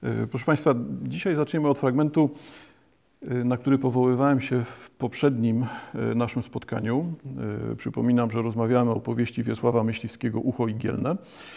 Proszę Państwa, dzisiaj zaczniemy od fragmentu, na który powoływałem się w poprzednim naszym spotkaniu. Przypominam, że rozmawiamy o powieści Wiesława Myśliwskiego „Ucho igielne”.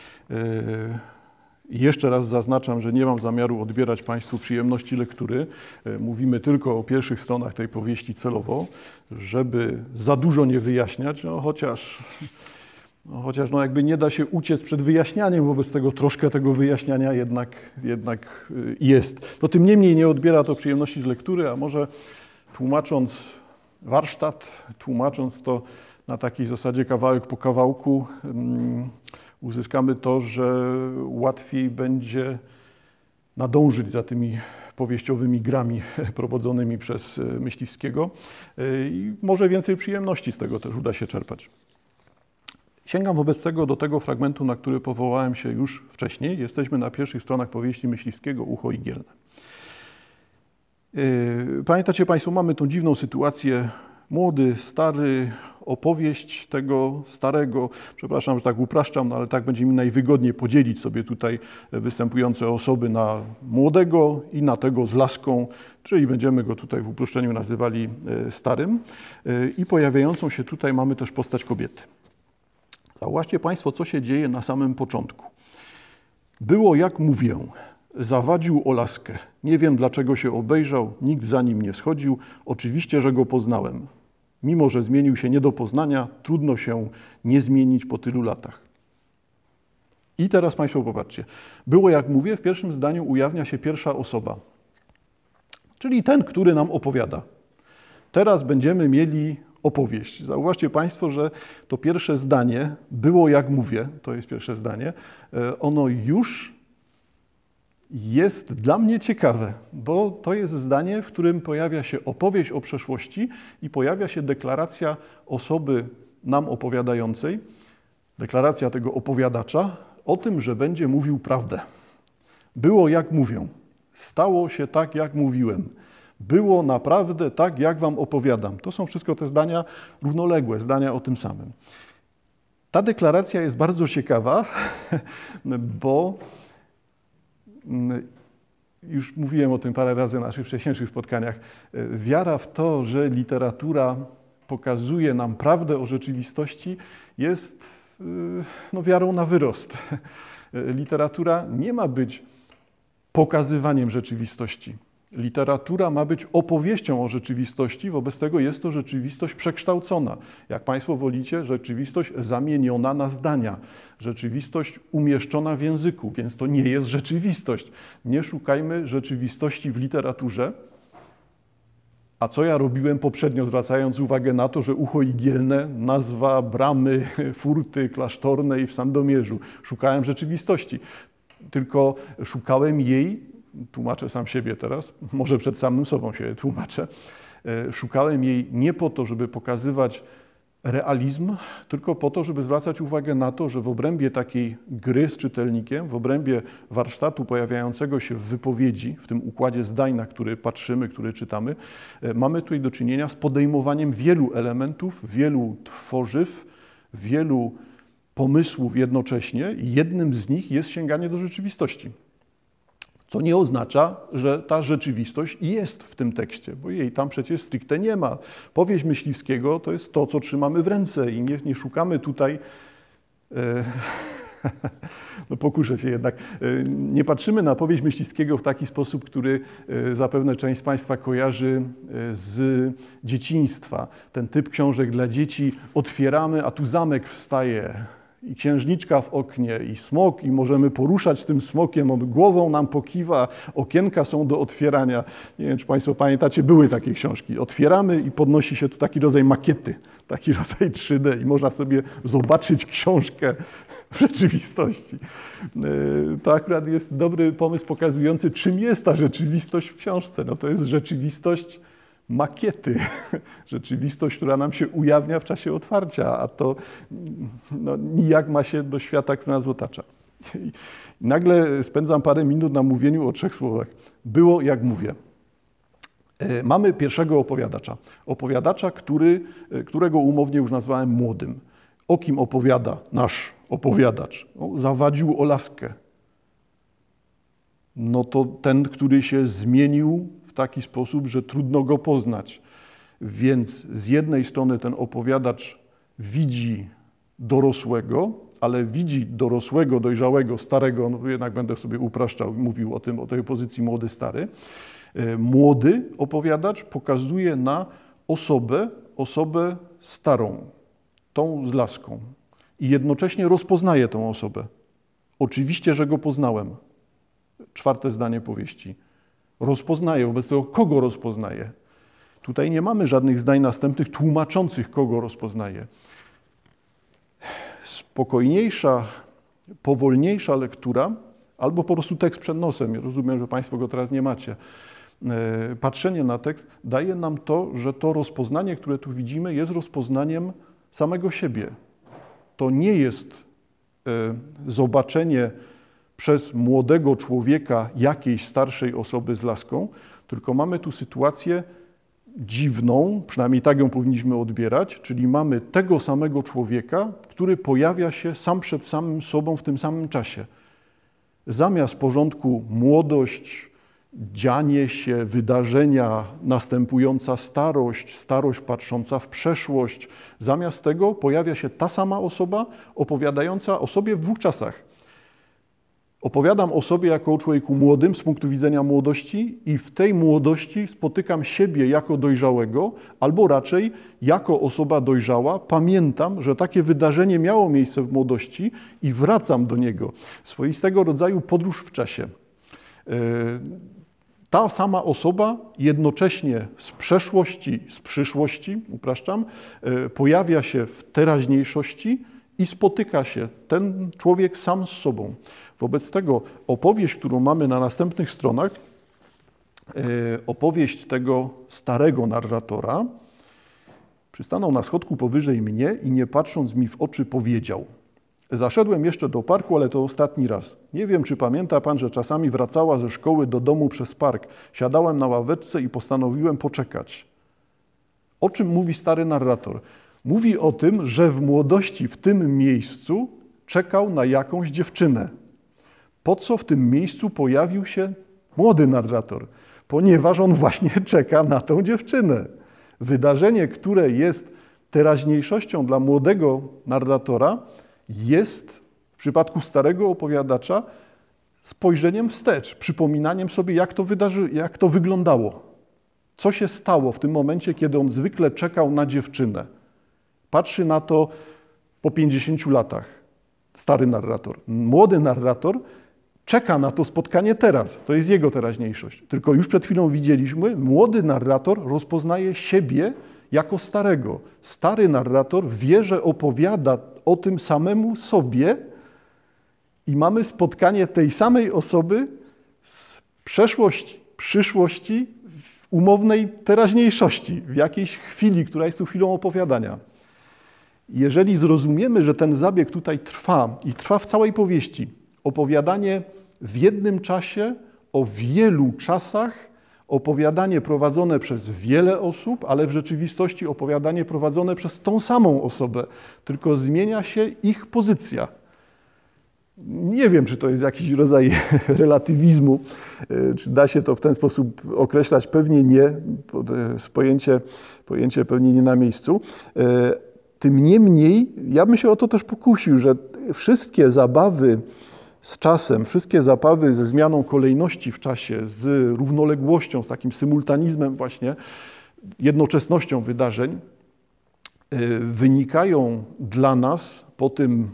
Jeszcze raz zaznaczam, że nie mam zamiaru odbierać Państwu przyjemności lektury. Mówimy tylko o pierwszych stronach tej powieści celowo, żeby za dużo nie wyjaśniać, chociaż jakby nie da się uciec przed wyjaśnianiem, wobec tego troszkę tego wyjaśniania jednak jest. No tym niemniej nie odbiera to przyjemności z lektury, a może tłumacząc warsztat, tłumacząc to na takiej zasadzie kawałek po kawałku, uzyskamy to, że łatwiej będzie nadążyć za tymi powieściowymi grami prowadzonymi przez Myśliwskiego i może więcej przyjemności z tego też uda się czerpać. Sięgam wobec tego do tego fragmentu, na który powołałem się już wcześniej. Jesteśmy na pierwszych stronach powieści Myśliwskiego „Ucho igielne”. Pamiętacie Państwo, mamy tą dziwną sytuację. Młody, stary, opowieść tego starego, przepraszam, że tak upraszczam, no ale tak będzie mi najwygodniej podzielić sobie tutaj występujące osoby na młodego i na tego z laską, czyli będziemy go tutaj w uproszczeniu nazywali starym. I pojawiającą się tutaj mamy też postać kobiety. Zauważcie Państwo, co się dzieje na samym początku. Było jak mówię, zawadził o laskę. Nie wiem, dlaczego się obejrzał, nikt za nim nie schodził. Oczywiście, że go poznałem. Mimo że zmienił się nie do poznania, trudno się nie zmienić po tylu latach. I teraz Państwo popatrzcie. Było jak mówię, w pierwszym zdaniu ujawnia się pierwsza osoba, czyli ten, który nam opowiada. Teraz będziemy mieli opowieść. Zauważcie Państwo, że to pierwsze zdanie, było jak mówię, to jest pierwsze zdanie, ono już jest dla mnie ciekawe, bo to jest zdanie, w którym pojawia się opowieść o przeszłości i pojawia się deklaracja osoby nam opowiadającej, deklaracja tego opowiadacza o tym, że będzie mówił prawdę. Było jak mówię, stało się tak, jak mówiłem. Było naprawdę tak, jak wam opowiadam. To są wszystko te zdania równoległe, zdania o tym samym. Ta deklaracja jest bardzo ciekawa, bo już mówiłem o tym parę razy na naszych wcześniejszych spotkaniach. Wiara w to, że literatura pokazuje nam prawdę o rzeczywistości, jest wiarą na wyrost. Literatura nie ma być pokazywaniem rzeczywistości. Literatura ma być opowieścią o rzeczywistości, wobec tego jest to rzeczywistość przekształcona. Jak Państwo wolicie, rzeczywistość zamieniona na zdania, rzeczywistość umieszczona w języku, więc to nie jest rzeczywistość. Nie szukajmy rzeczywistości w literaturze. A co ja robiłem poprzednio, zwracając uwagę na to, że Ucho igielne, nazwa bramy, furty klasztornej w Sandomierzu. Szukałem rzeczywistości, tylko szukałem jej. Tłumaczę sam siebie teraz, może przed samym sobą się tłumaczę. Szukałem jej nie po to, żeby pokazywać realizm, tylko po to, żeby zwracać uwagę na to, że w obrębie takiej gry z czytelnikiem, w obrębie warsztatu pojawiającego się w wypowiedzi, w tym układzie zdań, na który patrzymy, który czytamy, mamy tutaj do czynienia z podejmowaniem wielu elementów, wielu tworzyw, wielu pomysłów jednocześnie i jednym z nich jest sięganie do rzeczywistości. Co nie oznacza, że ta rzeczywistość jest w tym tekście, bo jej tam przecież stricte nie ma. Powieść Myśliwskiego to jest to, co trzymamy w ręce i nie szukamy tutaj, pokuszę się jednak, nie patrzymy na powieść Myśliwskiego w taki sposób, który zapewne część z Państwa kojarzy z dzieciństwa. Ten typ książek dla dzieci otwieramy, a tu zamek wstaje. I księżniczka w oknie, i smok, i możemy poruszać tym smokiem, on głową nam pokiwa, okienka są do otwierania. Nie wiem, czy Państwo pamiętacie, były takie książki. Otwieramy i podnosi się tu taki rodzaj makiety, taki rodzaj 3D i można sobie zobaczyć książkę w rzeczywistości. To akurat jest dobry pomysł pokazujący, czym jest ta rzeczywistość w książce. No to jest rzeczywistość makiety, rzeczywistość, która nam się ujawnia w czasie otwarcia, a to nijak ma się do świata, który nas otacza. I nagle spędzam parę minut na mówieniu o 3 słowach. Było jak mówię. Mamy pierwszego opowiadacza. Opowiadacza, którego umownie już nazwałem młodym. O kim opowiada nasz opowiadacz? Zawadził o laskę. no to ten, który się zmienił w taki sposób, że trudno go poznać. Więc z jednej strony ten opowiadacz widzi dorosłego, ale widzi dorosłego, dojrzałego, starego, no jednak będę sobie upraszczał, mówił o tym, o tej pozycji młody, stary. Młody opowiadacz pokazuje na osobę starą, tą z laską i jednocześnie rozpoznaje tą osobę. Oczywiście, że go poznałem. 4. zdanie powieści. Rozpoznaje, wobec tego kogo rozpoznaje. Tutaj nie mamy żadnych zdań następnych tłumaczących, kogo rozpoznaje. Spokojniejsza, powolniejsza lektura, albo po prostu tekst przed nosem, rozumiem, że Państwo go teraz nie macie, patrzenie na tekst daje nam to, że to rozpoznanie, które tu widzimy, jest rozpoznaniem samego siebie. To nie jest zobaczenie przez młodego człowieka jakiejś starszej osoby z laską, tylko mamy tu sytuację dziwną, przynajmniej tak ją powinniśmy odbierać, czyli mamy tego samego człowieka, który pojawia się sam przed samym sobą w tym samym czasie. Zamiast porządku młodość, dzianie się, wydarzenia, następująca starość patrząca w przeszłość, zamiast tego pojawia się ta sama osoba opowiadająca o sobie w 2 czasach. Opowiadam o sobie jako o człowieku młodym z punktu widzenia młodości i w tej młodości spotykam siebie jako dojrzałego, albo raczej jako osoba dojrzała. Pamiętam, że takie wydarzenie miało miejsce w młodości i wracam do niego. Swoistego rodzaju podróż w czasie. Ta sama osoba jednocześnie z przeszłości, z przyszłości, upraszczam, pojawia się w teraźniejszości i spotyka się ten człowiek sam z sobą. Wobec tego opowieść, którą mamy na następnych stronach, opowieść tego starego narratora, przystanął na schodku powyżej mnie i nie patrząc mi w oczy powiedział: zaszedłem jeszcze do parku, ale to ostatni raz. Nie wiem, czy pamięta pan, że czasami wracała ze szkoły do domu przez park. Siadałem na ławeczce i postanowiłem poczekać. O czym mówi stary narrator? Mówi o tym, że w młodości w tym miejscu czekał na jakąś dziewczynę. Po co w tym miejscu pojawił się młody narrator? Ponieważ on właśnie czeka na tą dziewczynę. Wydarzenie, które jest teraźniejszością dla młodego narratora, jest w przypadku starego opowiadacza spojrzeniem wstecz, przypominaniem sobie, jak to wyglądało. Co się stało w tym momencie, kiedy on zwykle czekał na dziewczynę. Patrzy na to po 50 latach. Stary narrator. Młody narrator czeka na to spotkanie teraz. To jest jego teraźniejszość. Tylko już przed chwilą widzieliśmy, młody narrator rozpoznaje siebie jako starego. Stary narrator wie, że opowiada o tym samemu sobie i mamy spotkanie tej samej osoby z przeszłości, przyszłości, w umownej teraźniejszości, w jakiejś chwili, która jest tu chwilą opowiadania. Jeżeli zrozumiemy, że ten zabieg tutaj trwa i trwa w całej powieści, opowiadanie w jednym czasie, o wielu czasach, opowiadanie prowadzone przez wiele osób, ale w rzeczywistości opowiadanie prowadzone przez tą samą osobę, tylko zmienia się ich pozycja. Nie wiem, czy to jest jakiś rodzaj relatywizmu, czy da się to w ten sposób określać, pewnie nie, pojęcie pewnie nie na miejscu. Tym niemniej, ja bym się o to też pokusił, że wszystkie zabawy z czasem, wszystkie zabawy ze zmianą kolejności w czasie, z równoległością, z takim symultanizmem właśnie, jednoczesnością wydarzeń, wynikają dla nas po tym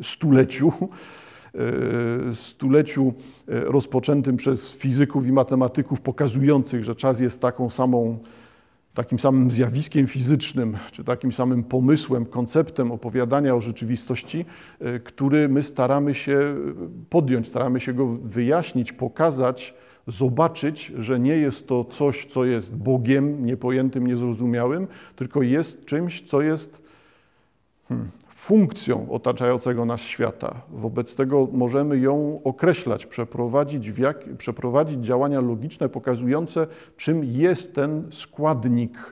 stuleciu rozpoczętym przez fizyków i matematyków pokazujących, że czas jest takim samym zjawiskiem fizycznym, czy takim samym pomysłem, konceptem opowiadania o rzeczywistości, który my staramy się podjąć, staramy się go wyjaśnić, pokazać, zobaczyć, że nie jest to coś, co jest Bogiem niepojętym, niezrozumiałym, tylko jest czymś, co jest funkcją otaczającego nas świata. Wobec tego możemy ją określać, przeprowadzić działania logiczne pokazujące, czym jest ten składnik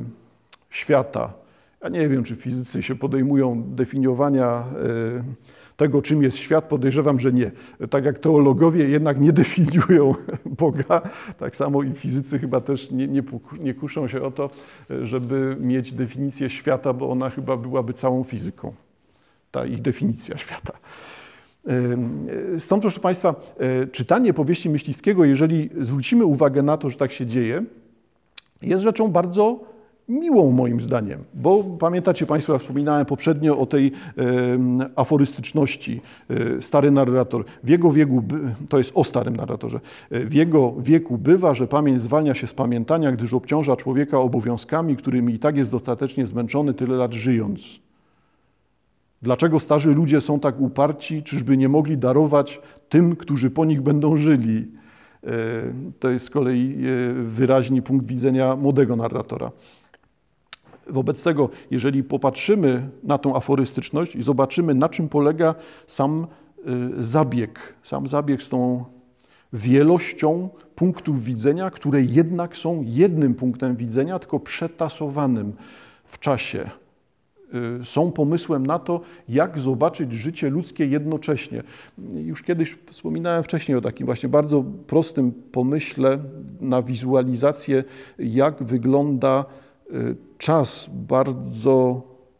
świata. Ja nie wiem, czy fizycy się podejmują definiowania Tego, czym jest świat, podejrzewam, że nie. Tak jak teologowie jednak nie definiują Boga, tak samo i fizycy chyba też nie kuszą się o to, żeby mieć definicję świata, bo ona chyba byłaby całą fizyką, ta ich definicja świata. Stąd, proszę Państwa, czytanie powieści Myśliwskiego, jeżeli zwrócimy uwagę na to, że tak się dzieje, jest rzeczą bardzo miłą moim zdaniem, bo pamiętacie Państwo, ja wspominałem poprzednio o tej aforystyczności. Stary narrator, w jego wieku, to jest o starym narratorze, w jego wieku bywa, że pamięć zwalnia się z pamiętania, gdyż obciąża człowieka obowiązkami, którymi i tak jest dostatecznie zmęczony tyle lat żyjąc. Dlaczego starzy ludzie są tak uparci, czyżby nie mogli darować tym, którzy po nich będą żyli? To jest z kolei wyraźny punkt widzenia młodego narratora. Wobec tego, jeżeli popatrzymy na tą aforystyczność i zobaczymy, na czym polega sam zabieg z tą wielością punktów widzenia, które jednak są jednym punktem widzenia, tylko przetasowanym w czasie. Są pomysłem na to, jak zobaczyć życie ludzkie jednocześnie. Już kiedyś wspominałem wcześniej o takim właśnie bardzo prostym pomyśle na wizualizację, jak wygląda czas bardzo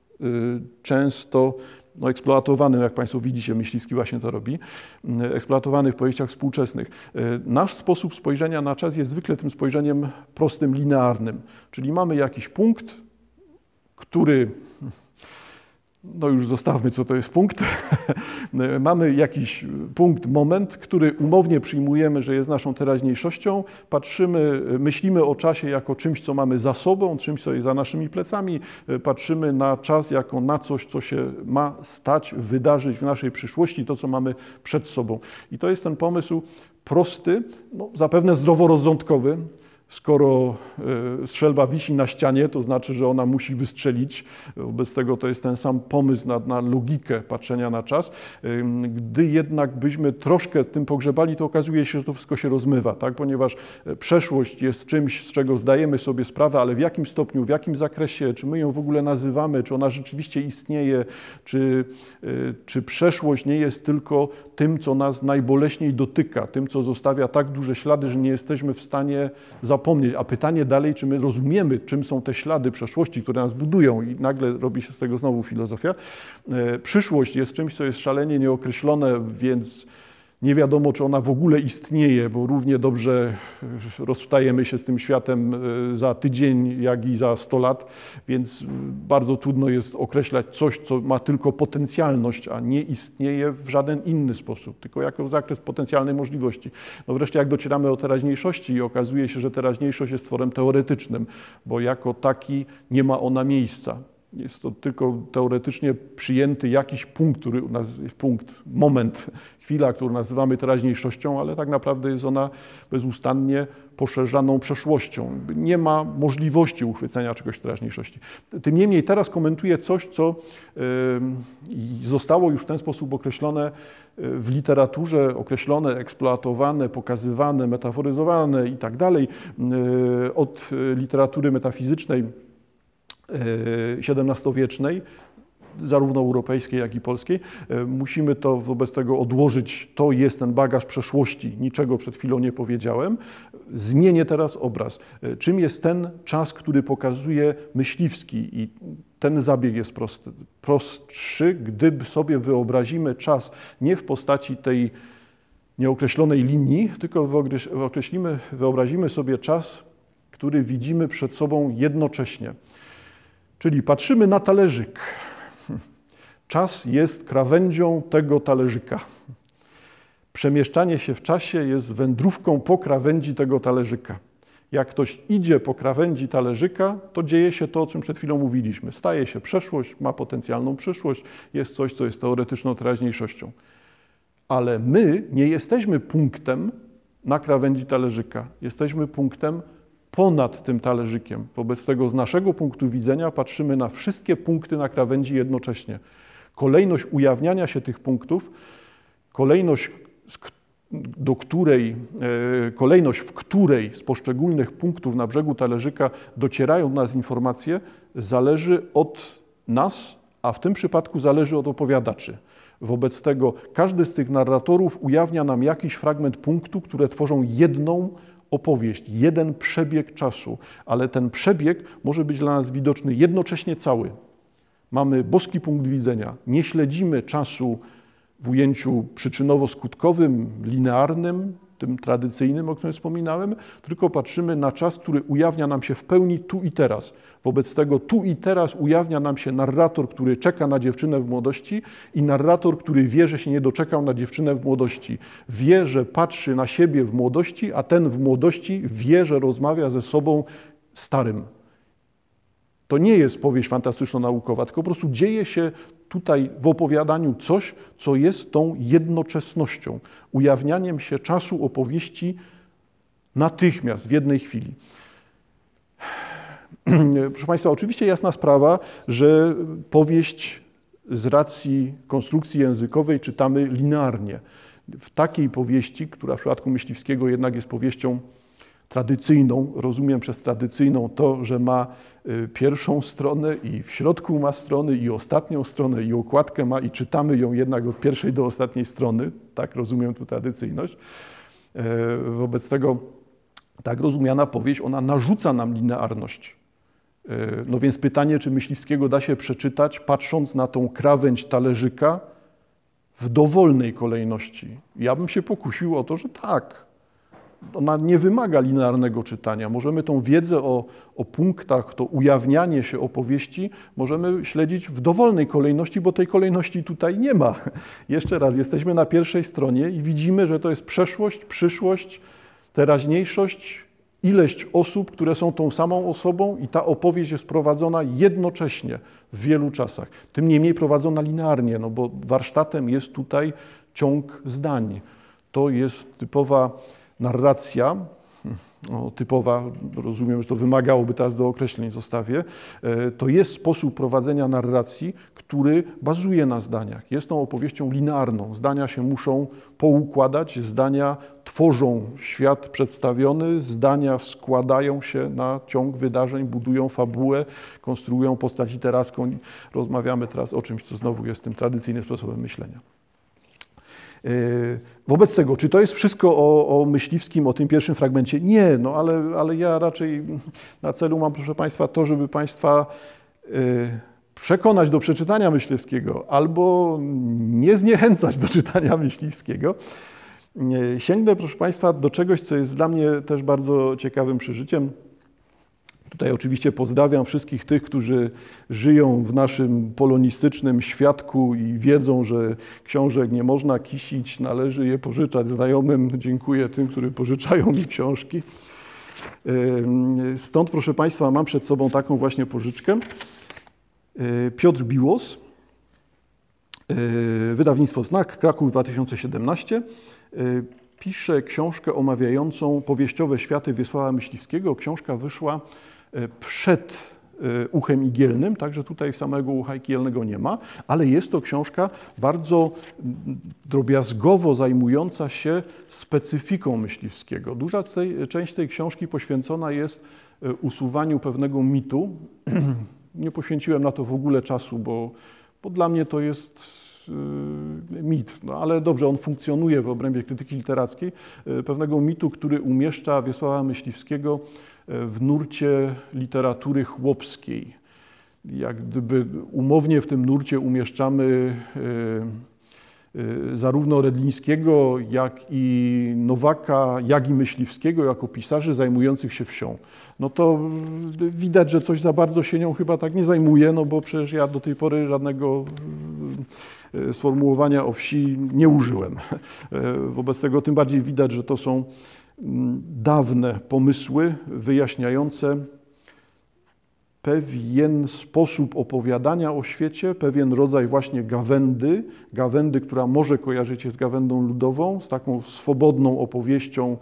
często eksploatowany, jak Państwo widzicie, Myśliwski właśnie to robi, eksploatowany w powieściach współczesnych. Nasz sposób spojrzenia na czas jest zwykle tym spojrzeniem prostym, linearnym, czyli mamy jakiś punkt, który, no już zostawmy, co to jest punkt. Mamy jakiś punkt, moment, który umownie przyjmujemy, że jest naszą teraźniejszością. Patrzymy, myślimy o czasie jako czymś, co mamy za sobą, czymś, co jest za naszymi plecami. Patrzymy na czas jako na coś, co się ma stać, wydarzyć w naszej przyszłości, to, co mamy przed sobą. I to jest ten pomysł prosty, no, zapewne zdroworozsądkowy. Skoro strzelba wisi na ścianie, to znaczy, że ona musi wystrzelić. Wobec tego to jest ten sam pomysł na logikę patrzenia na czas. Gdy jednak byśmy troszkę tym pogrzebali, to okazuje się, że to wszystko się rozmywa, tak? Ponieważ przeszłość jest czymś, z czego zdajemy sobie sprawę, ale w jakim stopniu, w jakim zakresie, czy my ją w ogóle nazywamy, czy ona rzeczywiście istnieje, czy przeszłość nie jest tylko tym, co nas najboleśniej dotyka, tym, co zostawia tak duże ślady, że nie jesteśmy w stanie zapomnieć. A pytanie dalej, czy my rozumiemy, czym są te ślady przeszłości, które nas budują, i nagle robi się z tego znowu filozofia. Przyszłość jest czymś, co jest szalenie nieokreślone, więc nie wiadomo, czy ona w ogóle istnieje, bo równie dobrze rozstajemy się z tym światem za tydzień, jak i za 100 lat, więc bardzo trudno jest określać coś, co ma tylko potencjalność, a nie istnieje w żaden inny sposób, tylko jako zakres potencjalnej możliwości. No wreszcie jak docieramy do teraźniejszości i okazuje się, że teraźniejszość jest tworem teoretycznym, bo jako taki nie ma ona miejsca. Jest to tylko teoretycznie przyjęty jakiś moment, chwila, którą nazywamy teraźniejszością, ale tak naprawdę jest ona bezustannie poszerzaną przeszłością. Nie ma możliwości uchwycenia czegoś w teraźniejszości. Tym niemniej teraz komentuję coś, co zostało już w ten sposób określone w literaturze, określone, eksploatowane, pokazywane, metaforyzowane i tak dalej, od literatury metafizycznej XVII-wiecznej, zarówno europejskiej, jak i polskiej. Musimy to wobec tego odłożyć. To jest ten bagaż przeszłości. Niczego przed chwilą nie powiedziałem. Zmienię teraz obraz. Czym jest ten czas, który pokazuje Myśliwski? I ten zabieg jest prostszy, gdy sobie wyobrazimy czas nie w postaci tej nieokreślonej linii, tylko wyobrazimy sobie czas, który widzimy przed sobą jednocześnie. Czyli patrzymy na talerzyk. Czas jest krawędzią tego talerzyka. Przemieszczanie się w czasie jest wędrówką po krawędzi tego talerzyka. Jak ktoś idzie po krawędzi talerzyka, to dzieje się to, o czym przed chwilą mówiliśmy. Staje się przeszłość, ma potencjalną przyszłość, jest coś, co jest teoretyczną teraźniejszością. Ale my nie jesteśmy punktem na krawędzi talerzyka. Jesteśmy punktem ponad tym talerzykiem. Wobec tego z naszego punktu widzenia patrzymy na wszystkie punkty na krawędzi jednocześnie. Kolejność ujawniania się tych punktów, kolejność, w której z poszczególnych punktów na brzegu talerzyka docierają do nas informacje, zależy od nas, a w tym przypadku zależy od opowiadaczy. Wobec tego każdy z tych narratorów ujawnia nam jakiś fragment punktu, które tworzą jedną opowieść, jeden przebieg czasu, ale ten przebieg może być dla nas widoczny jednocześnie cały. Mamy boski punkt widzenia, nie śledzimy czasu w ujęciu przyczynowo-skutkowym, linearnym, tym tradycyjnym, o którym wspominałem, tylko patrzymy na czas, który ujawnia nam się w pełni tu i teraz. Wobec tego tu i teraz ujawnia nam się narrator, który czeka na dziewczynę w młodości i narrator, który wie, że się nie doczekał na dziewczynę w młodości. Wie, że patrzy na siebie w młodości, a ten w młodości wie, że rozmawia ze sobą starym. To nie jest powieść fantastyczno-naukowa, tylko po prostu dzieje się tutaj w opowiadaniu coś, co jest tą jednoczesnością, ujawnianiem się czasu opowieści natychmiast, w jednej chwili. Proszę Państwa, oczywiście jasna sprawa, że powieść z racji konstrukcji językowej czytamy linearnie. W takiej powieści, która w przypadku Myśliwskiego jednak jest powieścią tradycyjną, rozumiem przez tradycyjną to, że ma pierwszą stronę i w środku ma strony i ostatnią stronę i okładkę ma i czytamy ją jednak od pierwszej do ostatniej strony, tak rozumiem tu tradycyjność. Wobec tego tak rozumiana powieść, ona narzuca nam linearność. No więc pytanie, czy Myśliwskiego da się przeczytać, patrząc na tą krawędź talerzyka w dowolnej kolejności. Ja bym się pokusił o to, że tak. Ona nie wymaga linearnego czytania. Możemy tą wiedzę o punktach, to ujawnianie się opowieści możemy śledzić w dowolnej kolejności, bo tej kolejności tutaj nie ma. Jeszcze raz, jesteśmy na pierwszej stronie i widzimy, że to jest przeszłość, przyszłość, teraźniejszość, ileś osób, które są tą samą osobą i ta opowieść jest prowadzona jednocześnie w wielu czasach. Tym niemniej prowadzona linearnie, no bo warsztatem jest tutaj ciąg zdań. To jest typowa narracja, typowa, rozumiem, że to wymagałoby teraz do określeń, zostawię, to jest sposób prowadzenia narracji, który bazuje na zdaniach. Jest tą opowieścią linearną. Zdania się muszą poukładać, zdania tworzą świat przedstawiony, zdania składają się na ciąg wydarzeń, budują fabułę, konstruują postać literacką. Rozmawiamy teraz o czymś, co znowu jest tym tradycyjnym sposobem myślenia. Wobec tego, czy to jest wszystko o Myśliwskim, o tym pierwszym fragmencie? Nie, no ale ja raczej na celu mam, proszę Państwa, to, żeby Państwa przekonać do przeczytania Myśliwskiego albo nie zniechęcać do czytania Myśliwskiego. Sięgnę, proszę Państwa, do czegoś, co jest dla mnie też bardzo ciekawym przeżyciem. Tutaj oczywiście pozdrawiam wszystkich tych, którzy żyją w naszym polonistycznym świadku i wiedzą, że książek nie można kisić, należy je pożyczać znajomym. Dziękuję tym, którzy pożyczają mi książki. Stąd, proszę Państwa, mam przed sobą taką właśnie pożyczkę. Piotr Biłos, wydawnictwo Znak, Kraków 2017. Pisze książkę omawiającą powieściowe światy Wiesława Myśliwskiego. Książka wyszła przed Uchem Igielnym, także tutaj samego Ucha Igielnego nie ma, ale jest to książka bardzo drobiazgowo zajmująca się specyfiką Myśliwskiego. Duża część tej książki poświęcona jest usuwaniu pewnego mitu. Nie poświęciłem na to w ogóle czasu, bo dla mnie to jest mit, no ale dobrze, on funkcjonuje w obrębie krytyki literackiej, pewnego mitu, który umieszcza Wiesława Myśliwskiego w nurcie literatury chłopskiej. Jak gdyby umownie w tym nurcie umieszczamy zarówno Redlińskiego, jak i Nowaka, jak i Myśliwskiego jako pisarzy zajmujących się wsią. No to widać, że coś za bardzo się nią chyba tak nie zajmuje, no bo przecież ja do tej pory żadnego sformułowania o wsi nie użyłem. Wobec tego tym bardziej widać, że to są dawne pomysły wyjaśniające pewien sposób opowiadania o świecie, pewien rodzaj właśnie gawędy, która może kojarzyć się z gawędą ludową, z taką swobodną opowieścią,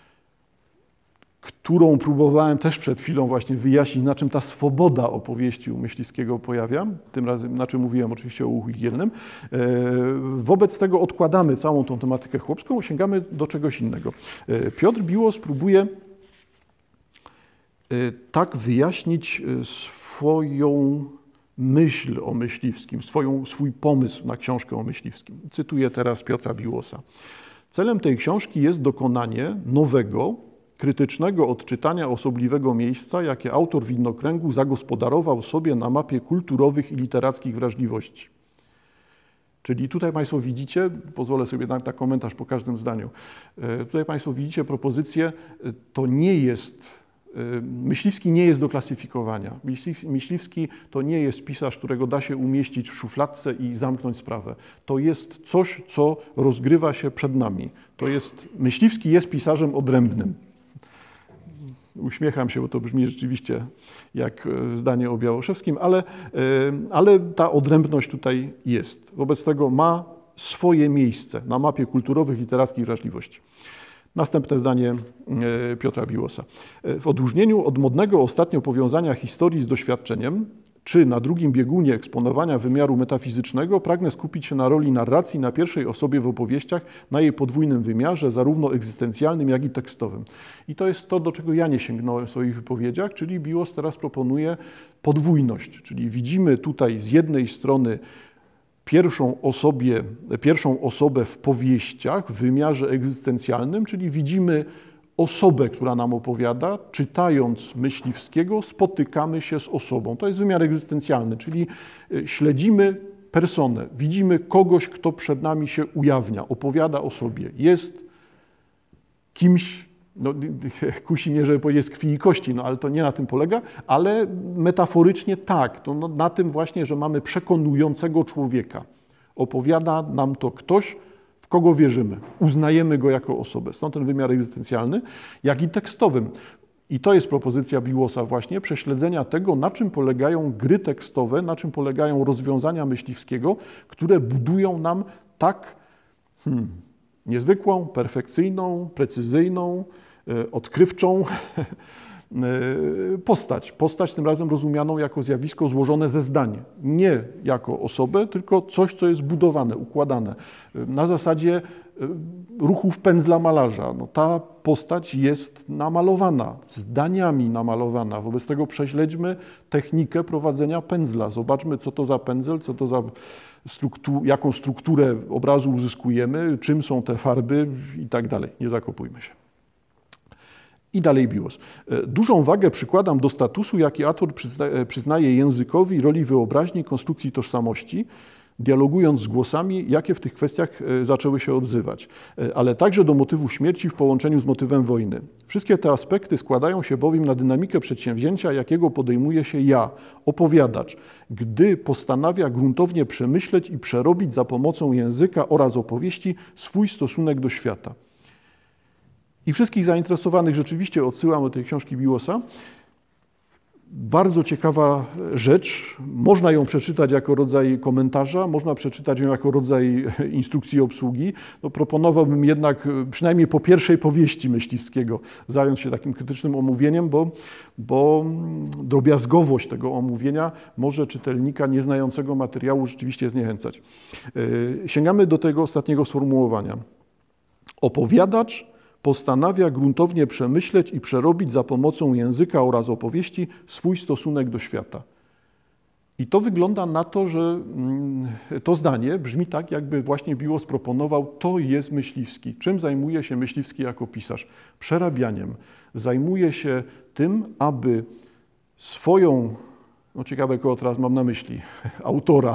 którą próbowałem też przed chwilą właśnie wyjaśnić, na czym ta swoboda opowieści u Myśliwskiego pojawia, tym razem, na czym mówiłem oczywiście o Uchu Igielnym. Wobec tego odkładamy całą tą tematykę chłopską, sięgamy do czegoś innego. Piotr Biłos próbuje tak wyjaśnić swoją myśl o Myśliwskim, swój pomysł na książkę o Myśliwskim. Cytuję teraz Piotra Biłosa. Celem tej książki jest dokonanie nowego, krytycznego odczytania osobliwego miejsca, jakie autor Widnokręgu zagospodarował sobie na mapie kulturowych i literackich wrażliwości. Czyli tutaj Państwo widzicie, pozwolę sobie na komentarz po każdym zdaniu, tutaj Państwo widzicie propozycję, to nie jest, Myśliwski nie jest do klasyfikowania. Myśliwski to nie jest pisarz, którego da się umieścić w szufladce i zamknąć sprawę. To jest coś, co rozgrywa się przed nami. Myśliwski jest pisarzem odrębnym. Uśmiecham się, bo to brzmi rzeczywiście jak zdanie o Białoszewskim, ale ta odrębność tutaj jest. Wobec tego ma swoje miejsce na mapie kulturowych, literackich wrażliwości. Następne zdanie Piotra Biłosa. W odróżnieniu od modnego ostatnio powiązania historii z doświadczeniem, czy na drugim biegunie eksponowania wymiaru metafizycznego, pragnę skupić się na roli narracji na pierwszej osobie w opowieściach, na jej podwójnym wymiarze, zarówno egzystencjalnym, jak i tekstowym. I to jest to, do czego ja nie sięgnąłem w swoich wypowiedziach, czyli Biłos teraz proponuje podwójność, czyli widzimy tutaj z jednej strony pierwszą osobę w powieściach w wymiarze egzystencjalnym, czyli widzimy osobę, która nam opowiada, czytając Myśliwskiego, spotykamy się z osobą. To jest wymiar egzystencjalny, czyli śledzimy personę, widzimy kogoś, kto przed nami się ujawnia, opowiada o sobie, jest kimś, kusi mnie, żeby powiedzieć z krwi i kości, ale to nie na tym polega, ale metaforycznie tak, to na tym właśnie, że mamy przekonującego człowieka. Opowiada nam to ktoś, w kogo wierzymy, uznajemy go jako osobę. Stąd ten wymiar egzystencjalny, jak i tekstowym. I to jest propozycja Biłosa właśnie, prześledzenia tego, na czym polegają gry tekstowe, na czym polegają rozwiązania Myśliwskiego, które budują nam tak niezwykłą, perfekcyjną, precyzyjną, odkrywczą postać tym razem rozumianą jako zjawisko złożone ze zdań. Nie jako osobę, tylko coś, co jest budowane, układane. Na zasadzie ruchów pędzla malarza. Ta postać jest namalowana, zdaniami namalowana. Wobec tego prześledźmy technikę prowadzenia pędzla. Zobaczmy, co to za pędzel, co to za jaką strukturę obrazu uzyskujemy, czym są te farby i tak dalej. Nie zakopujmy się. I dalej Biłos. Dużą wagę przykładam do statusu, jaki autor przyznaje językowi, roli wyobraźni, konstrukcji tożsamości, dialogując z głosami, jakie w tych kwestiach zaczęły się odzywać, ale także do motywu śmierci w połączeniu z motywem wojny. Wszystkie te aspekty składają się bowiem na dynamikę przedsięwzięcia, jakiego podejmuje się opowiadacz, gdy postanawia gruntownie przemyśleć i przerobić za pomocą języka oraz opowieści swój stosunek do świata. I wszystkich zainteresowanych rzeczywiście odsyłam do tej książki Biłosa. Bardzo ciekawa rzecz. Można ją przeczytać jako rodzaj komentarza, można przeczytać ją jako rodzaj instrukcji obsługi. Proponowałbym jednak przynajmniej po pierwszej powieści Myśliwskiego zająć się takim krytycznym omówieniem, bo drobiazgowość tego omówienia może czytelnika nieznającego materiału rzeczywiście zniechęcać. Sięgamy do tego ostatniego sformułowania. Opowiadacz postanawia gruntownie przemyśleć i przerobić za pomocą języka oraz opowieści swój stosunek do świata. I to wygląda na to, że to zdanie brzmi tak, jakby właśnie Biłos proponował, to jest Myśliwski. Czym zajmuje się Myśliwski jako pisarz? Przerabianiem. Zajmuje się tym, aby swoją, ciekawe kogo teraz mam na myśli, autora,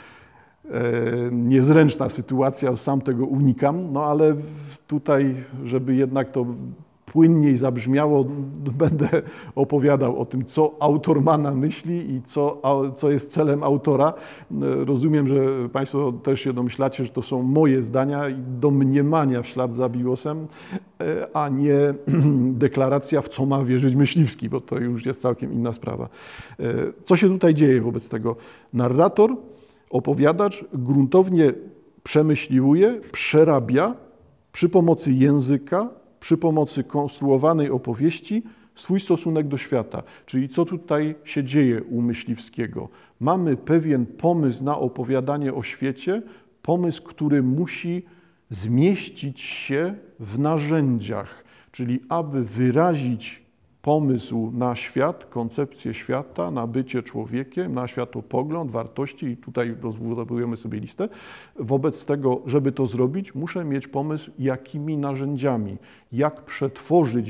niezręczna sytuacja, sam tego unikam, ale tutaj, żeby jednak to płynniej zabrzmiało, będę opowiadał o tym, co autor ma na myśli i co jest celem autora. Rozumiem, że Państwo też się domyślacie, że to są moje zdania i domniemania w ślad za Biłosem, a nie deklaracja, w co ma wierzyć Myśliwski, bo to już jest całkiem inna sprawa. Co się tutaj dzieje wobec tego? Narrator, opowiadacz gruntownie przemyśliwuje, przerabia przy pomocy języka, przy pomocy konstruowanej opowieści swój stosunek do świata. Czyli co tutaj się dzieje u Myśliwskiego? Mamy pewien pomysł na opowiadanie o świecie, pomysł, który musi zmieścić się w narzędziach, czyli aby wyrazić pomysł na świat, koncepcję świata, na bycie człowiekiem, na światopogląd, wartości i tutaj rozbudowujemy sobie listę. Wobec tego, żeby to zrobić, muszę mieć pomysł, jakimi narzędziami, jak przetworzyć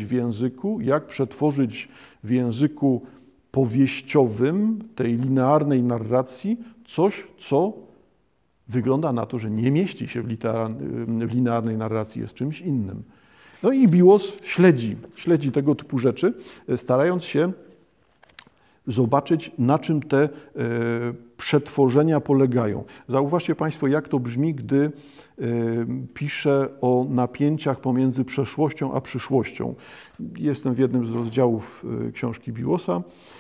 w języku powieściowym, tej linearnej narracji, coś, co wygląda na to, że nie mieści się w linearnej narracji, jest czymś innym. No i Biłos śledzi tego typu rzeczy, starając się zobaczyć, na czym te przetworzenia polegają. Zauważcie Państwo, jak to brzmi, gdy pisze o napięciach pomiędzy przeszłością a przyszłością. Jestem w jednym z rozdziałów książki Biłosa.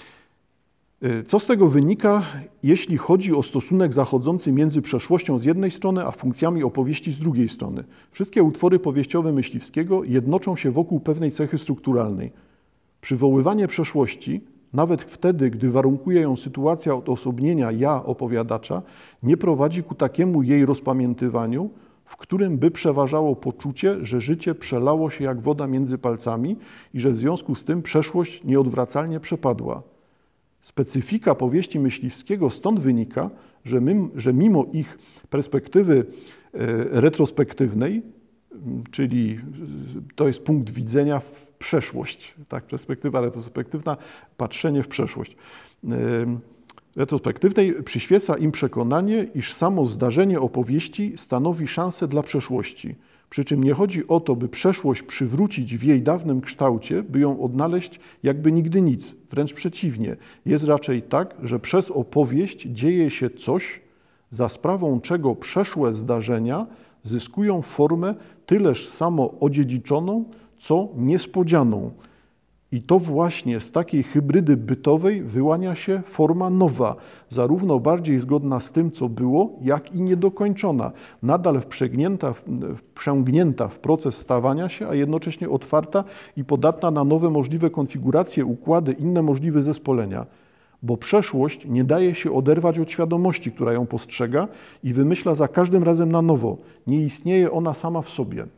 Co z tego wynika, jeśli chodzi o stosunek zachodzący między przeszłością z jednej strony, a funkcjami opowieści z drugiej strony? Wszystkie utwory powieściowe Myśliwskiego jednoczą się wokół pewnej cechy strukturalnej. Przywoływanie przeszłości, nawet wtedy, gdy warunkuje ją sytuacja odosobnienia ja opowiadacza, nie prowadzi ku takiemu jej rozpamiętywaniu, w którym by przeważało poczucie, że życie przelało się jak woda między palcami i że w związku z tym przeszłość nieodwracalnie przepadła. Specyfika powieści Myśliwskiego stąd wynika, że mimo ich perspektywy retrospektywnej, czyli to jest punkt widzenia w przeszłość, tak, perspektywa retrospektywna, patrzenie w przeszłość. Retrospektywnej przyświeca im przekonanie, iż samo zdarzenie opowieści stanowi szansę dla przeszłości. Przy czym nie chodzi o to, by przeszłość przywrócić w jej dawnym kształcie, by ją odnaleźć jakby nigdy nic. Wręcz przeciwnie. Jest raczej tak, że przez opowieść dzieje się coś, za sprawą czego przeszłe zdarzenia zyskują formę tyleż samo odziedziczoną, co niespodzianą. I to właśnie z takiej hybrydy bytowej wyłania się forma nowa, zarówno bardziej zgodna z tym, co było, jak i niedokończona, nadal wprzęgnięta w proces stawania się, a jednocześnie otwarta i podatna na nowe możliwe konfiguracje, układy, inne możliwe zespolenia. Bo przeszłość nie daje się oderwać od świadomości, która ją postrzega i wymyśla za każdym razem na nowo. Nie istnieje ona sama w sobie.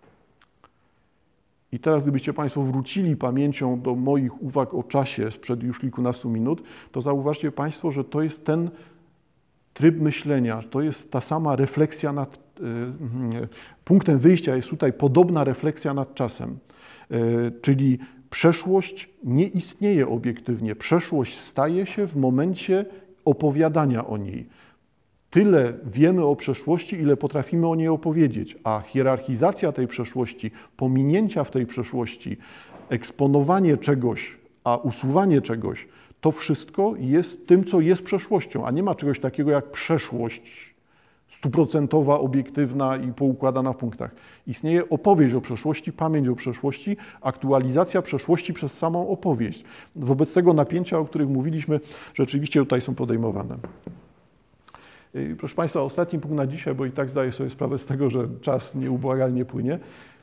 I teraz, gdybyście Państwo wrócili pamięcią do moich uwag o czasie sprzed już kilkunastu minut, to zauważcie Państwo, że to jest ten tryb myślenia, to jest ta sama refleksja nad punktem wyjścia, jest tutaj podobna refleksja nad czasem. Czyli przeszłość nie istnieje obiektywnie. Przeszłość staje się w momencie opowiadania o niej. Tyle wiemy o przeszłości, ile potrafimy o niej opowiedzieć, a hierarchizacja tej przeszłości, pominięcia w tej przeszłości, eksponowanie czegoś, a usuwanie czegoś, to wszystko jest tym, co jest przeszłością, a nie ma czegoś takiego jak przeszłość stuprocentowa, obiektywna i poukładana w punktach. Istnieje opowieść o przeszłości, pamięć o przeszłości, aktualizacja przeszłości przez samą opowieść. Wobec tego napięcia, o których mówiliśmy, rzeczywiście tutaj są podejmowane. Proszę Państwa, ostatni punkt na dzisiaj, bo i tak zdaję sobie sprawę z tego, że czas nieubłagalnie płynie.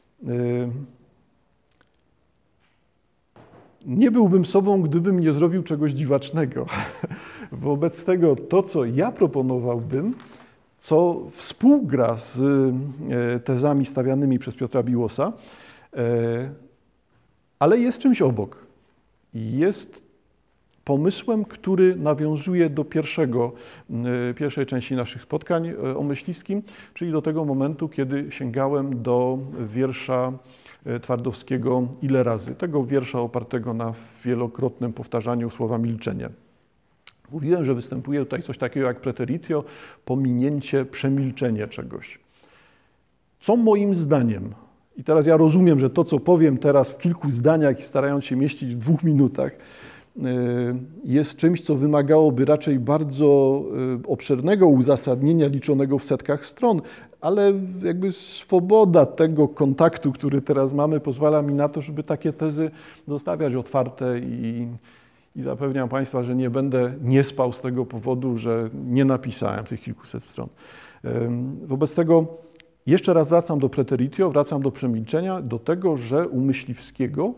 Nie byłbym sobą, gdybym nie zrobił czegoś dziwacznego. Wobec tego to, co ja proponowałbym, co współgra z tezami stawianymi przez Piotra Biłosa, ale jest czymś obok. Jest pomysłem, który nawiązuje do pierwszej części naszych spotkań o Myśliwskim, czyli do tego momentu, kiedy sięgałem do wiersza Twardowskiego Ile razy, tego wiersza opartego na wielokrotnym powtarzaniu słowa milczenie. Mówiłem, że występuje tutaj coś takiego jak preteritio, pominięcie, przemilczenie czegoś. Co moim zdaniem, i teraz ja rozumiem, że to, co powiem teraz w kilku zdaniach i starając się mieścić w 2 minutach, jest czymś, co wymagałoby raczej bardzo obszernego uzasadnienia liczonego w setkach stron, ale jakby swoboda tego kontaktu, który teraz mamy, pozwala mi na to, żeby takie tezy zostawiać otwarte i zapewniam Państwa, że nie będę nie spał z tego powodu, że nie napisałem tych kilkuset stron. Wobec tego jeszcze raz wracam do preteritio, wracam do przemilczenia, do tego, że u Myśliwskiego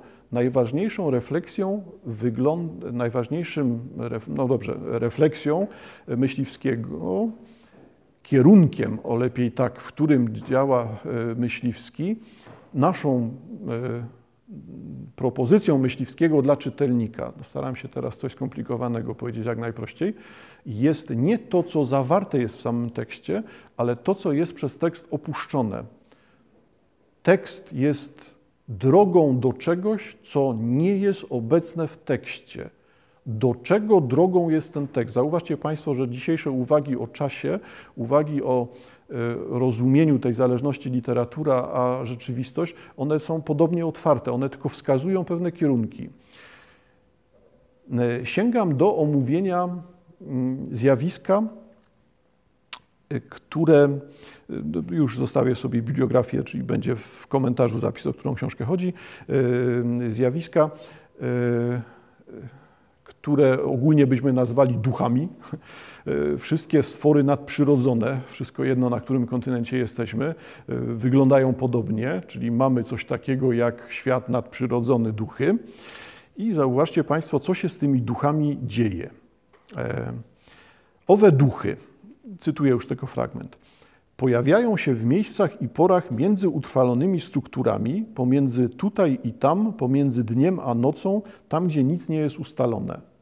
refleksją Myśliwskiego, kierunkiem, w którym działa Myśliwski, naszą propozycją Myśliwskiego dla czytelnika, staram się teraz coś skomplikowanego powiedzieć jak najprościej, jest nie to, co zawarte jest w samym tekście, ale to, co jest przez tekst opuszczone. Tekst jest drogą do czegoś, co nie jest obecne w tekście. Do czego drogą jest ten tekst? Zauważcie Państwo, że dzisiejsze uwagi o czasie, uwagi o rozumieniu tej zależności literatura a rzeczywistość, one są podobnie otwarte, one tylko wskazują pewne kierunki. Sięgam do omówienia zjawiska, które, już zostawię sobie bibliografię, czyli będzie w komentarzu zapis, o którą książkę chodzi, zjawiska, które ogólnie byśmy nazwali duchami. Wszystkie stwory nadprzyrodzone, wszystko jedno na którym kontynencie jesteśmy, wyglądają podobnie, czyli mamy coś takiego jak świat nadprzyrodzony, duchy. I zauważcie Państwo, co się z tymi duchami dzieje. Owe duchy, cytuję już tylko fragment, pojawiają się w miejscach i porach między utrwalonymi strukturami, pomiędzy tutaj i tam, pomiędzy dniem a nocą, tam gdzie nic nie jest ustalone.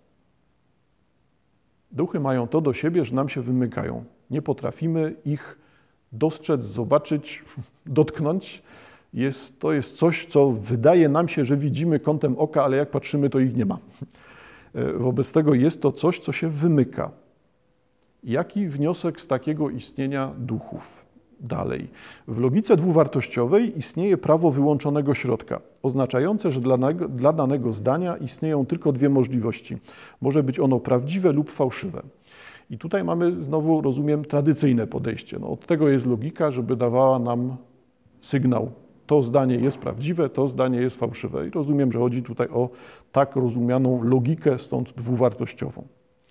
Duchy mają to do siebie, że nam się wymykają. Nie potrafimy ich dostrzec, zobaczyć, dotknąć. To jest coś, co wydaje nam się, że widzimy kątem oka, ale jak patrzymy, to ich nie ma. Wobec tego jest to coś, co się wymyka. Jaki wniosek z takiego istnienia duchów? Dalej. W logice dwuwartościowej istnieje prawo wyłączonego środka, oznaczające, że dla danego zdania istnieją tylko dwie możliwości. Może być ono prawdziwe lub fałszywe. I tutaj mamy znowu, rozumiem, tradycyjne podejście. Od tego jest logika, żeby dawała nam sygnał. To zdanie jest prawdziwe, to zdanie jest fałszywe. I rozumiem, że chodzi tutaj o tak rozumianą logikę, stąd dwuwartościową.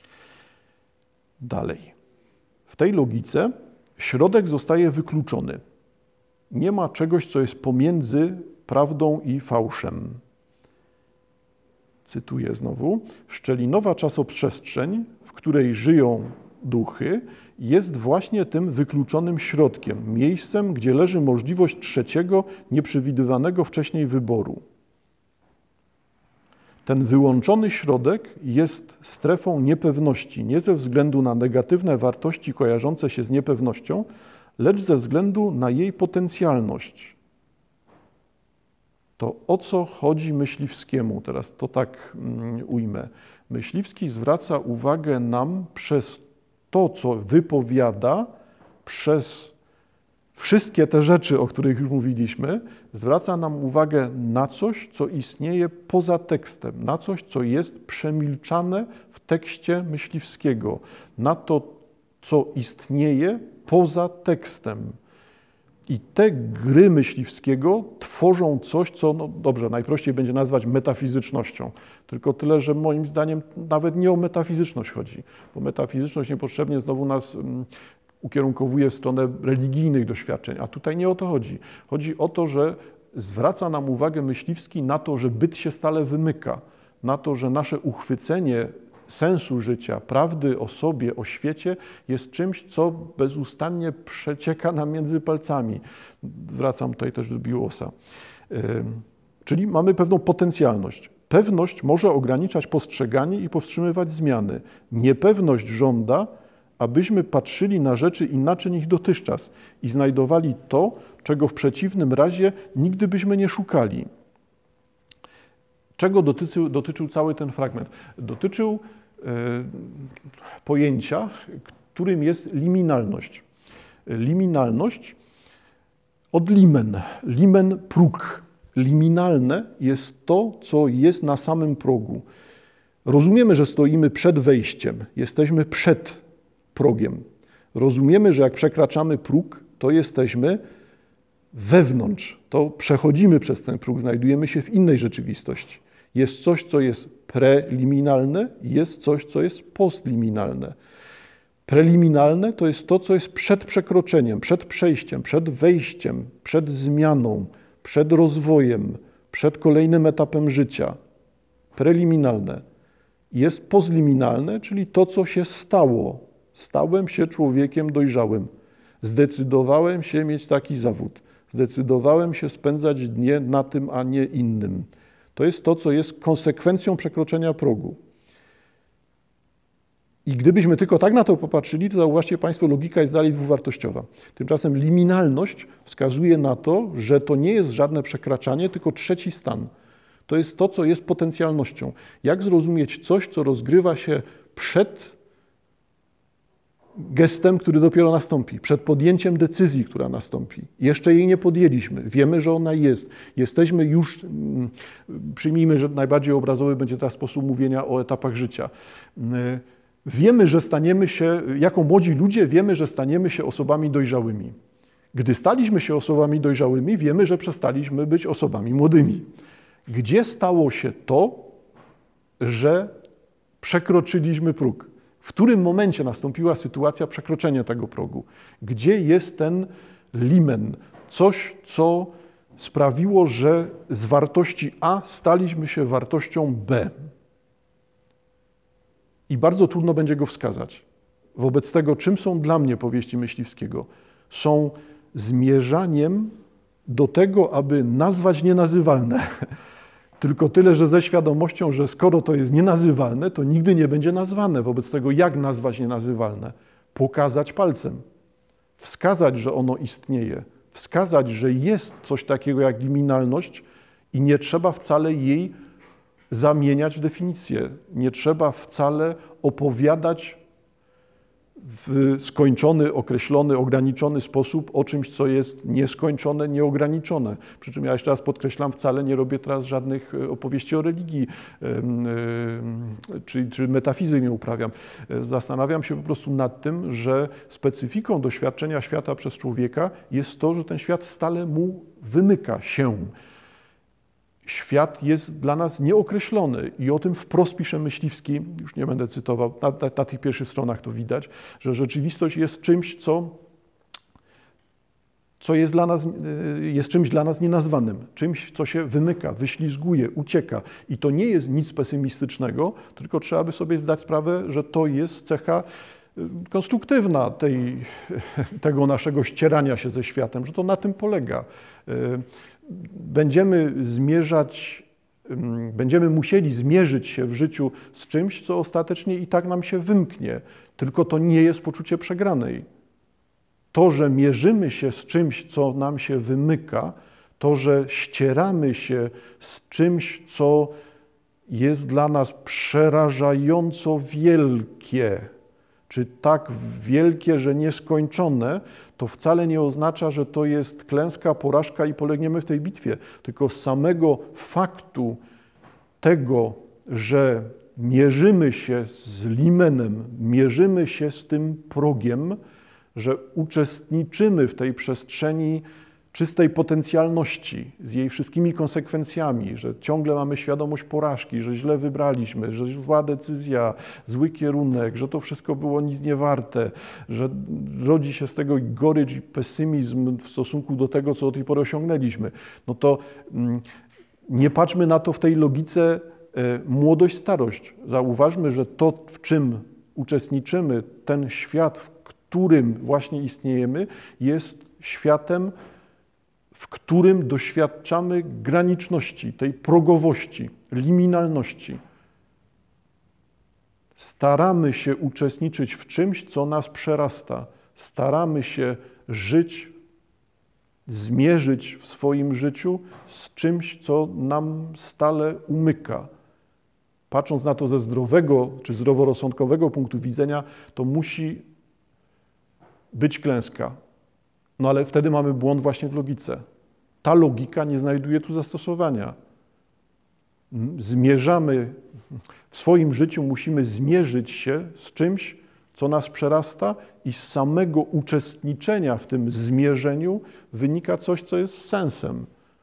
Dalej. W tej logice środek zostaje wykluczony. Nie ma czegoś, co jest pomiędzy prawdą i fałszem. Cytuję znowu. Szczelinowa czasoprzestrzeń, w której żyją duchy, jest właśnie tym wykluczonym środkiem, miejscem, gdzie leży możliwość trzeciego, nieprzewidywanego wcześniej wyboru. Ten wyłączony środek jest strefą niepewności, nie ze względu na negatywne wartości kojarzące się z niepewnością, lecz ze względu na jej potencjalność. To o co chodzi Myśliwskiemu? Teraz to tak ujmę. Myśliwski zwraca uwagę nam przez to, co wypowiada, przez wszystkie te rzeczy, o których już mówiliśmy, zwraca nam uwagę na coś, co istnieje poza tekstem, na coś, co jest przemilczane w tekście Myśliwskiego, na to, co istnieje poza tekstem. I te gry Myśliwskiego tworzą coś, co, dobrze, najprościej będzie nazwać metafizycznością. Tylko tyle, że moim zdaniem nawet nie o metafizyczność chodzi, bo metafizyczność niepotrzebnie znowu nas ukierunkowuje w stronę religijnych doświadczeń, a tutaj nie o to chodzi. Chodzi o to, że zwraca nam uwagę Myśliwski na to, że byt się stale wymyka, na to, że nasze uchwycenie sensu życia, prawdy o sobie, o świecie jest czymś, co bezustannie przecieka nam między palcami. Wracam tutaj też do Biłosa. Czyli mamy pewną potencjalność. Pewność może ograniczać postrzeganie i powstrzymywać zmiany. Niepewność żąda, abyśmy patrzyli na rzeczy inaczej niż dotychczas i znajdowali to, czego w przeciwnym razie nigdy byśmy nie szukali. Czego dotyczył cały ten fragment? Dotyczył pojęcia, którym jest liminalność. Liminalność od limen. Limen próg. Liminalne jest to, co jest na samym progu. Rozumiemy, że stoimy przed wejściem, jesteśmy przed progiem. Rozumiemy, że jak przekraczamy próg, to jesteśmy wewnątrz, to przechodzimy przez ten próg, znajdujemy się w innej rzeczywistości. Jest coś, co jest preliminalne, jest coś, co jest postliminalne. Preliminalne to jest to, co jest przed przekroczeniem, przed przejściem, przed wejściem, przed zmianą, przed rozwojem, przed kolejnym etapem życia. Preliminalne. Jest postliminalne, czyli to, co się stało. Stałem się człowiekiem dojrzałym. Zdecydowałem się mieć taki zawód. Zdecydowałem się spędzać dnie na tym, a nie innym. To jest to, co jest konsekwencją przekroczenia progu. I gdybyśmy tylko tak na to popatrzyli, to zauważcie Państwo, logika jest dalej dwuwartościowa. Tymczasem liminalność wskazuje na to, że to nie jest żadne przekraczanie, tylko trzeci stan. To jest to, co jest potencjalnością. Jak zrozumieć coś, co rozgrywa się przed gestem, który dopiero nastąpi, przed podjęciem decyzji, która nastąpi. Jeszcze jej nie podjęliśmy. Wiemy, że ona jest. Jesteśmy już, przyjmijmy, że najbardziej obrazowy będzie teraz sposób mówienia o etapach życia. Wiemy, że staniemy się, jako młodzi ludzie, wiemy, że staniemy się osobami dojrzałymi. Gdy staliśmy się osobami dojrzałymi, wiemy, że przestaliśmy być osobami młodymi. Gdzie stało się to, że przekroczyliśmy próg? W którym momencie nastąpiła sytuacja przekroczenia tego progu? Gdzie jest ten limen? Coś, co sprawiło, że z wartości A staliśmy się wartością B. I bardzo trudno będzie go wskazać. Wobec tego, czym są dla mnie powieści Myśliwskiego? Są zmierzaniem do tego, aby nazwać nienazywalne. Tylko tyle, że ze świadomością, że skoro to jest nienazywalne, to nigdy nie będzie nazwane. Wobec tego, jak nazwać nienazywalne? Pokazać palcem. Wskazać, że ono istnieje. Wskazać, że jest coś takiego jak liminalność i nie trzeba wcale jej zamieniać w definicję. Nie trzeba wcale opowiadać w skończony, określony, ograniczony sposób o czymś, co jest nieskończone, nieograniczone. Przy czym ja jeszcze raz podkreślam, wcale nie robię teraz żadnych opowieści o religii, czy metafizyk nie uprawiam. Zastanawiam się po prostu nad tym, że specyfiką doświadczenia świata przez człowieka jest to, że ten świat stale mu wymyka się. Świat jest dla nas nieokreślony i o tym wprost pisze Myśliwski, już nie będę cytował, na tych pierwszych stronach to widać, że rzeczywistość jest czymś, co jest czymś dla nas nienazwanym, czymś, co się wymyka, wyślizguje, ucieka. I to nie jest nic pesymistycznego, tylko trzeba by sobie zdać sprawę, że to jest cecha konstruktywna tego naszego ścierania się ze światem, że to na tym polega. Będziemy musieli zmierzyć się w życiu z czymś, co ostatecznie i tak nam się wymknie. Tylko to nie jest poczucie przegranej. To, że mierzymy się z czymś, co nam się wymyka, to, że ścieramy się z czymś, co jest dla nas przerażająco wielkie, czy tak wielkie, że nieskończone, to wcale nie oznacza, że to jest klęska, porażka i polegniemy w tej bitwie. Tylko z samego faktu tego, że mierzymy się z limenem, mierzymy się z tym progiem, że uczestniczymy w tej przestrzeni czystej potencjalności, z jej wszystkimi konsekwencjami, że ciągle mamy świadomość porażki, że źle wybraliśmy, że zła decyzja, zły kierunek, że to wszystko było nic nie warte, że rodzi się z tego gorycz i pesymizm w stosunku do tego, co do tej pory osiągnęliśmy. No to nie patrzmy na to w tej logice młodość, starość. Zauważmy, że to, w czym uczestniczymy, ten świat, w którym właśnie istniejemy, jest światem, w którym doświadczamy graniczności, tej progowości, liminalności. Staramy się uczestniczyć w czymś, co nas przerasta. Staramy się żyć, zmierzyć w swoim życiu z czymś, co nam stale umyka. Patrząc na to ze zdrowego czy zdroworozsądkowego punktu widzenia, to musi być klęska. No ale wtedy mamy błąd właśnie w logice. Ta logika nie znajduje tu zastosowania. W swoim życiu musimy zmierzyć się z czymś, co nas przerasta i z samego uczestniczenia w tym zmierzeniu wynika coś, co jest sensem.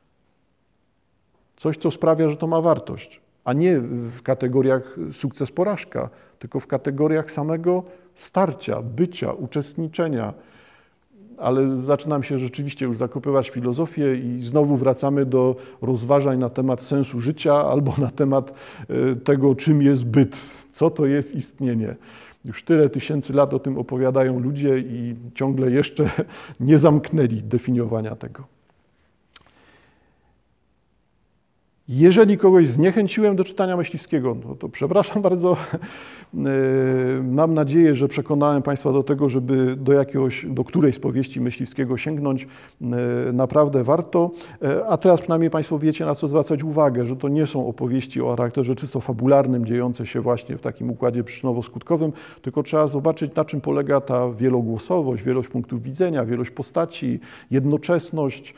Coś, co sprawia, że to ma wartość, a nie w kategoriach sukces, porażka, tylko w kategoriach samego starcia, bycia, uczestniczenia. Ale zaczynam się rzeczywiście już zakopywać w filozofię i znowu wracamy do rozważań na temat sensu życia albo na temat tego, czym jest byt, co to jest istnienie. Już tyle tysięcy lat o tym opowiadają ludzie i ciągle jeszcze nie zamknęli definiowania tego. Jeżeli kogoś zniechęciłem do czytania Myśliwskiego, to przepraszam bardzo. Mam nadzieję, że przekonałem Państwa do tego, żeby do którejś z powieści Myśliwskiego sięgnąć. Naprawdę warto. A teraz przynajmniej Państwo wiecie, na co zwracać uwagę, że to nie są opowieści o charakterze czysto fabularnym, dziejące się właśnie w takim układzie przyczynowo-skutkowym, tylko trzeba zobaczyć, na czym polega ta wielogłosowość, wielość punktów widzenia, wielość postaci, jednoczesność.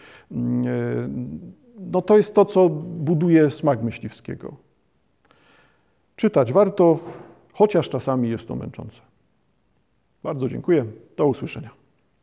No to jest to, co buduje smak Myśliwskiego. Czytać warto, chociaż czasami jest to męczące. Bardzo dziękuję. Do usłyszenia.